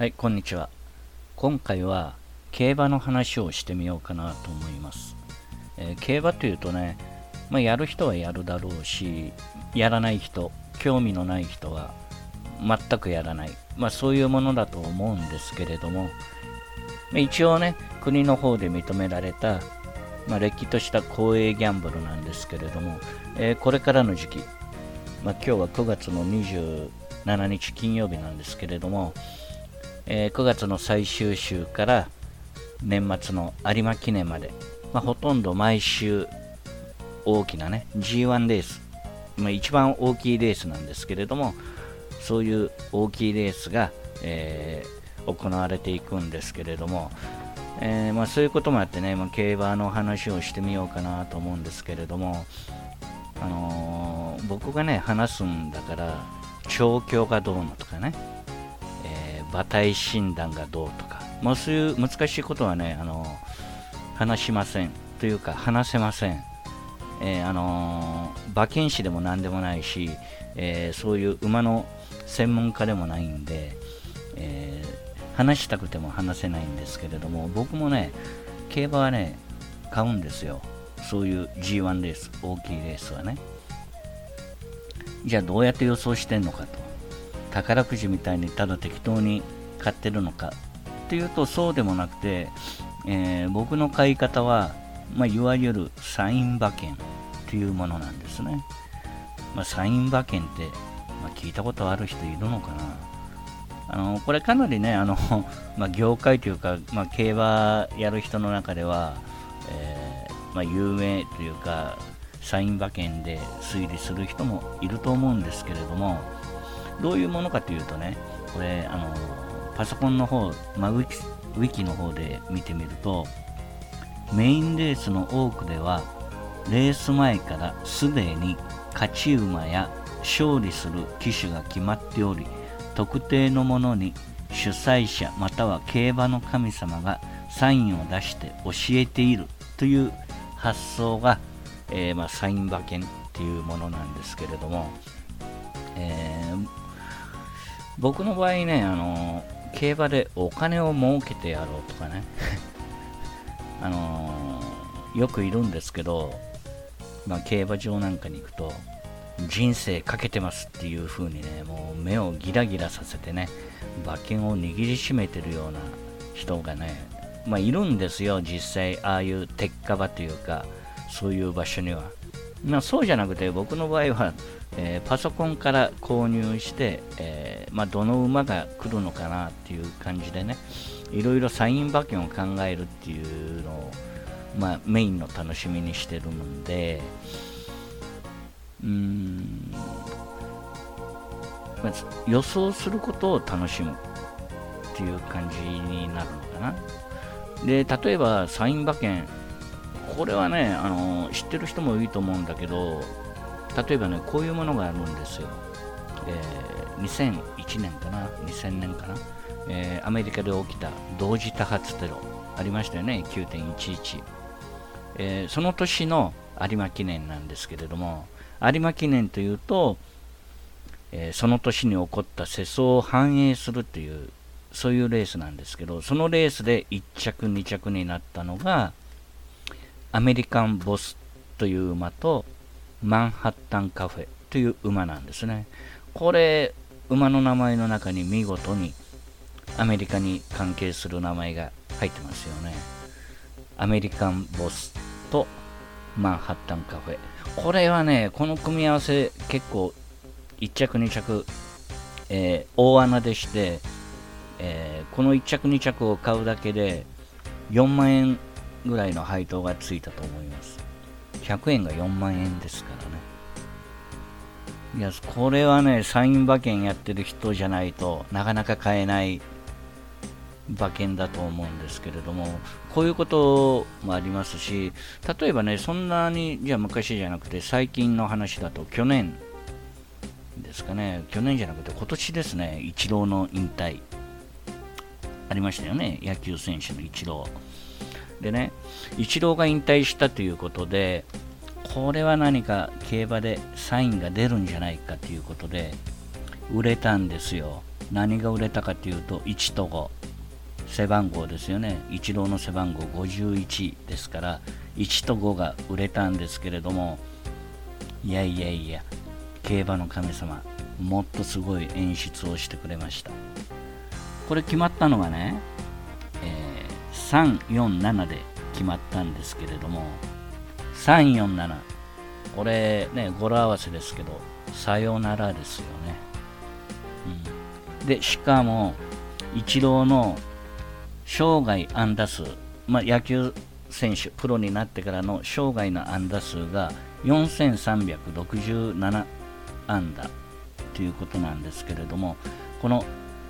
はい、こんにちは。今回は競馬の話をしてみようかなと思います。競馬というとね、やる人はやるだろうし、やらない人、興味のない人は全くやらない、そういうものだと思うんですけれども、一応ね、国の方で認められた、れっきとした公営ギャンブルなんですけれども、これからの時期、今日は9月の27日金曜日なんですけれども、9月の最終週から年末の有馬記念まで、ほとんど毎週大きなね G1 レース、一番大きいレースなんですけれども、そういう大きいレースが、行われていくんですけれども、そういうこともあってね、競馬の話をしてみようかなと思うんですけれども、僕がね話すんだから調教がどうのとかね、馬体診断がどうとか、そういう難しいことはね、話しませんというか話せません。馬券師でも何でもないし、そういう馬の専門家でもないんで、話したくても話せないんですけれども、僕もね競馬はね買うんですよ。そういう G1 レース、大きいレースはね。じゃあどうやって予想してんのかと、宝くじみたいにただ適当に買ってるのかっていうとそうでもなくて、僕の買い方は、いわゆるサイン馬券っていうものなんですね。サイン馬券って、聞いたことある人いるのかな。これかなりね業界というか、競馬やる人の中では、有名というかサイン馬券で推理する人もいると思うんですけれども、どういうものかというとね、これパソコンの方、ウィキの方で見てみると、メインレースの多くではレース前からすでに勝ち馬や勝利する騎手が決まっており、特定のものに主催者または競馬の神様がサインを出して教えているという発想が、サイン馬券っていうものなんですけれども、僕の場合ね、競馬でお金を儲けてやろうとかねよくいるんですけど、競馬場なんかに行くと人生かけてますっていう風にね、もう目をギラギラさせてね、馬券を握りしめてるような人がね、いるんですよ、実際。ああいう鉄火場というかそういう場所には。そうじゃなくて、僕の場合は、パソコンから購入して、どの馬が来るのかなっていう感じでね、いろいろサイン馬券を考えるっていうのを、メインの楽しみにしてるので、予想することを楽しむっていう感じになるのかな。で、例えばサイン馬券、これはね、知ってる人もいいと思うんだけど、例えばね、こういうものがあるんですよ。2001年かな、2000年かな、アメリカで起きた同時多発テロありましたよね、9.11。その年の有馬記念なんですけれども、有馬記念というと、その年に起こった世相を反映するという、そういうレースなんですけど、そのレースで1着2着になったのがアメリカンボスという馬とマンハッタンカフェという馬なんですね。これ、馬の名前の中に見事にアメリカに関係する名前が入ってますよね。アメリカンボスとマンハッタンカフェ。これはね、この組み合わせ結構1着2着、大穴でして、この1着2着を買うだけで4万円ぐらいの配当がついたと思います。100円が4万円ですからね。いや、これはね、サイン馬券やってる人じゃないとなかなか買えない馬券だと思うんですけれども、こういうこともありますし、例えばね、そんなにじゃあ昔じゃなくて最近の話だと、去年ですかね、去年じゃなくて今年ですね、イチローの引退ありましたよね、野球選手のイチローでね、イチローが引退したということで、これは何か競馬でサインが出るんじゃないかということで売れたんですよ。 何が売れたかというと1と5、背番号ですよね。イチローの背番号51ですから、1と5が売れたんですけれども、いやいやいや、競馬の神様、もっとすごい演出をしてくれました。これ決まったのがね、3、4、7で決まったんですけれども、3、4、7、これね、語呂合わせですけど、さよならですよね。で、しかも、イチローの生涯安打数、野球選手、プロになってからの生涯の安打数が4367安打ということなんですけれども、この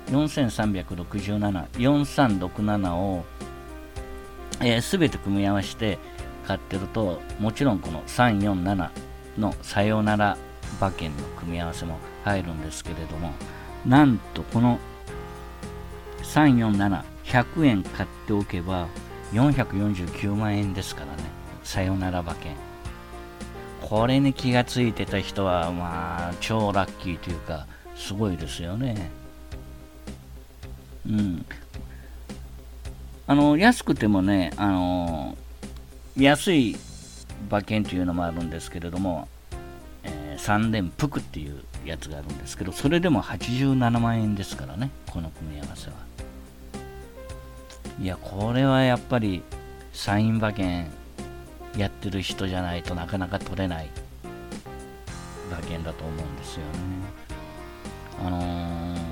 4367、4367を、すべて組み合わせて買ってると、もちろんこの347のさよなら馬券の組み合わせも入るんですけれども、なんとこの347、100円買っておけば449万円ですからね、さよなら馬券。これに気がついてた人は超ラッキーというかすごいですよね。安くてもね、安い馬券というのもあるんですけれども、3連服っていうやつがあるんですけど、それでも87万円ですからね、この組み合わせは。いや、これはやっぱりサイン馬券やってる人じゃないとなかなか取れない馬券だと思うんですよね。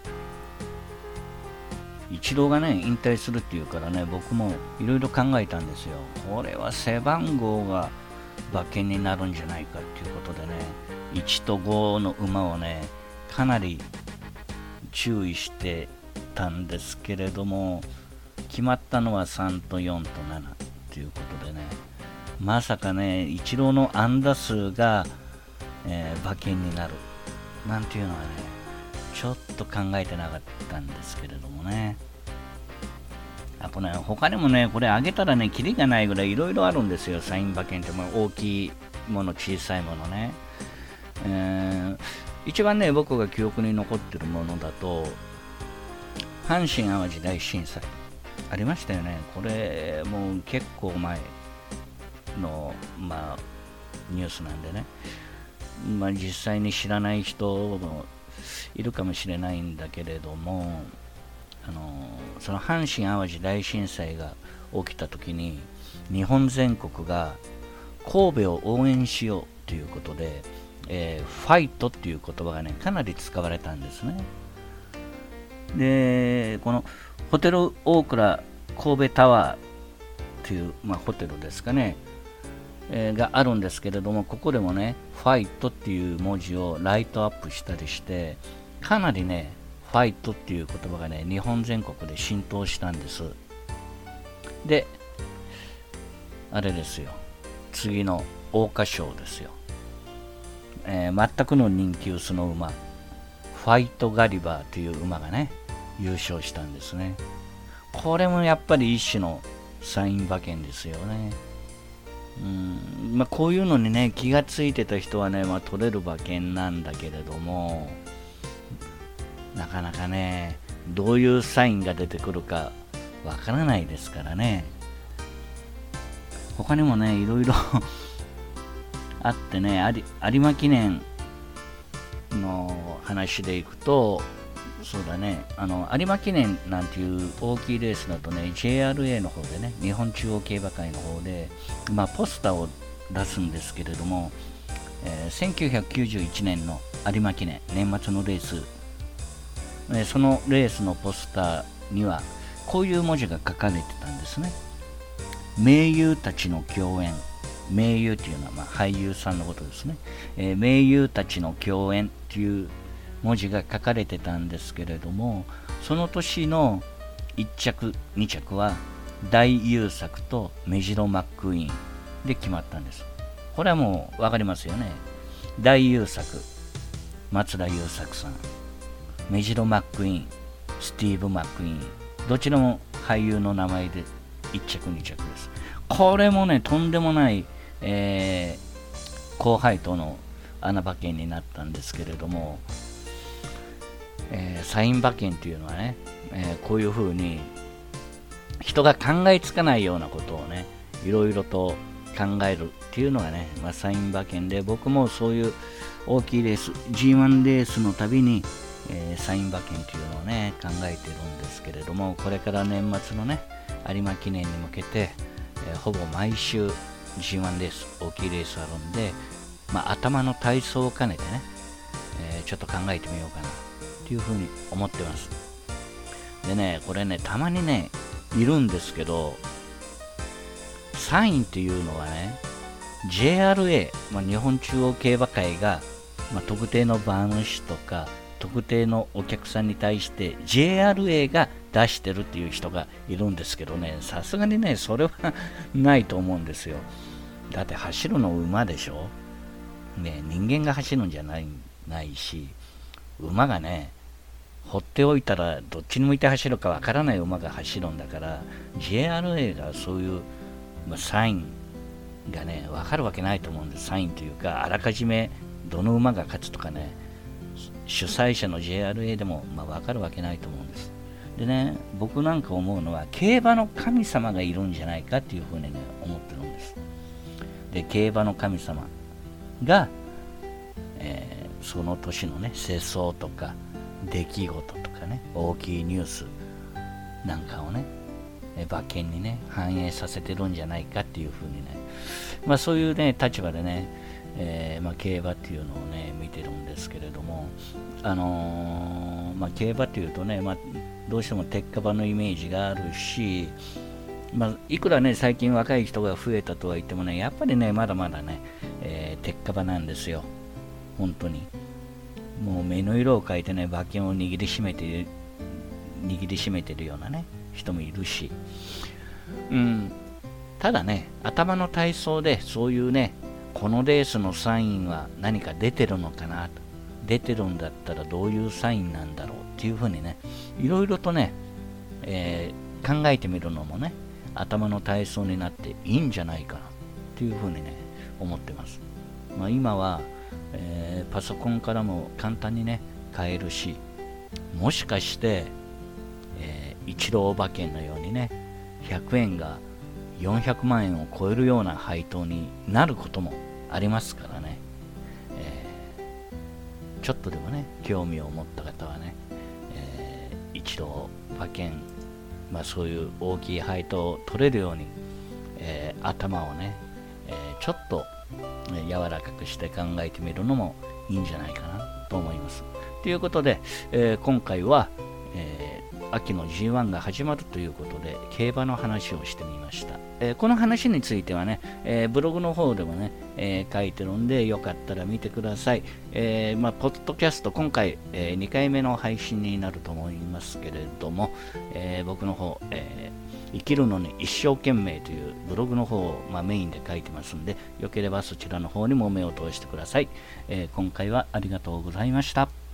イチローがね引退するっていうからね、僕もいろいろ考えたんですよ。これは背番号が馬券になるんじゃないかっていうことでね、1と5の馬をねかなり注意してたんですけれども、決まったのは3と4と7ということでね、まさかねイチローの安打数が、馬券になるなんていうのはねちょっと考えてなかったんですけれどもね。あとね、他にもね、これあげたらね、キリがないぐらいいろいろあるんですよ、サイン馬券って。大きいもの、小さいものね。一番ね、僕が記憶に残ってるものだと、阪神・淡路大震災。ありましたよね。これ、もう結構前の、ニュースなんでね。実際に知らない人もいるかもしれないんだけれども、その阪神・淡路大震災が起きた時に日本全国が神戸を応援しようということで、ファイトっていう言葉がねかなり使われたんですね。で、このホテルオークラ神戸タワーという、ホテルですかね、があるんですけれども、ここでもねファイトっていう文字をライトアップしたりして、かなりねファイトっていう言葉がね日本全国で浸透したんです。で、あれですよ、次の桜花賞ですよ、全くの人気薄の馬ファイトガリバーという馬がね優勝したんですね。これもやっぱり一種のサイン馬券ですよね。こういうのにね気がついてた人はね、取れる馬券なんだけれども、なかなかねどういうサインが出てくるかわからないですからね。他にもねいろいろあってね、有馬記念の話でいくと、そうだね、有馬記念なんていう大きいレースだとね JRA の方でね、日本中央競馬会の方で、ポスターを出すんですけれども、1991年の有馬記念年末のレース、そのレースのポスターにはこういう文字が書かれてたんですね。名優たちの共演、名優というのは俳優さんのことですね。名優たちの共演という文字が書かれてたんですけれども、その年の1着2着は大優作とメジロマックイーンで決まったんです。これはもう分かりますよね。大優作松田優作さん、メジロマックイーンスティーブ・マックイーン、どちらも俳優の名前で1着2着です。これもねとんでもない、高配当の穴馬券になったんですけれども、 サイン馬券っていうのはね、こういうふうに人が考えつかないようなことをね、いろいろと考えるっていうのがね、サイン馬券で、僕もそういう大きいレース G1 レースのたびに、サイン馬券っていうのをね考えているんですけれども、これから年末のね有馬記念に向けて、ほぼ毎週 G1 レース、大きいレースあるんで、頭の体操を兼ねてね、ちょっと考えてみようかなっていうふうに思ってます。でね、これね、たまにねいるんですけど、サインっていうのはね、JRA、日本中央競馬会が、特定の馬主とか特定のお客さんに対して JRA が出してるっていう人がいるんですけどね、さすがにねそれはないと思うんですよ。だって走るの馬でしょ、ね、人間が走るんじゃないし、馬がね放っておいたらどっちに向いて走るかわからない馬が走るんだから、 JRA がそういう、サインがね分かるわけないと思うんです。サインというか、あらかじめどの馬が勝つとかね、主催者の JRA でも分かるわけないと思うんです。でね、僕なんか思うのは競馬の神様がいるんじゃないかっていうふうにね思ってるんです。で、競馬の神様が、その年のね世相とか出来事とかね、大きいニュースなんかをね馬券にね反映させてるんじゃないかっていうふうにね、そういうね立場でね、競馬っていうのをね見てるんですけれども、競馬っていうとね、どうしても鉄火馬のイメージがあるし、いくらね最近若い人が増えたとは言ってもね、やっぱりねまだまだね、鉄火馬なんですよ。本当にもう目の色を変えてね馬券を握りしめてるようなね人もいるし、ただね頭の体操でそういうね、このレースのサインは何か出てるのかなと、出てるんだったらどういうサインなんだろうっていうふうにね、いろいろとね、考えてみるのもね頭の体操になっていいんじゃないかなっていうふうにね思ってます。今は、パソコンからも簡単にね買えるし、もしかして、イチロー馬券のようにね100円が400万円を超えるような配当になることもありますからね、ちょっとでもね興味を持った方はね、一度馬券、そういう大きい配当を取れるように、頭をね、ちょっと柔らかくして考えてみるのもいいんじゃないかなと思います。ということで、今回は、秋の G1 が始まるということで競馬の話をしてみました。この話についてはね、ブログの方でもね、書いてるんでよかったら見てください。ポッドキャスト今回、2回目の配信になると思いますけれども、僕の方、生きるのに一生懸命というブログの方を、メインで書いてますんで、よければそちらの方にも目を通してください。今回はありがとうございました。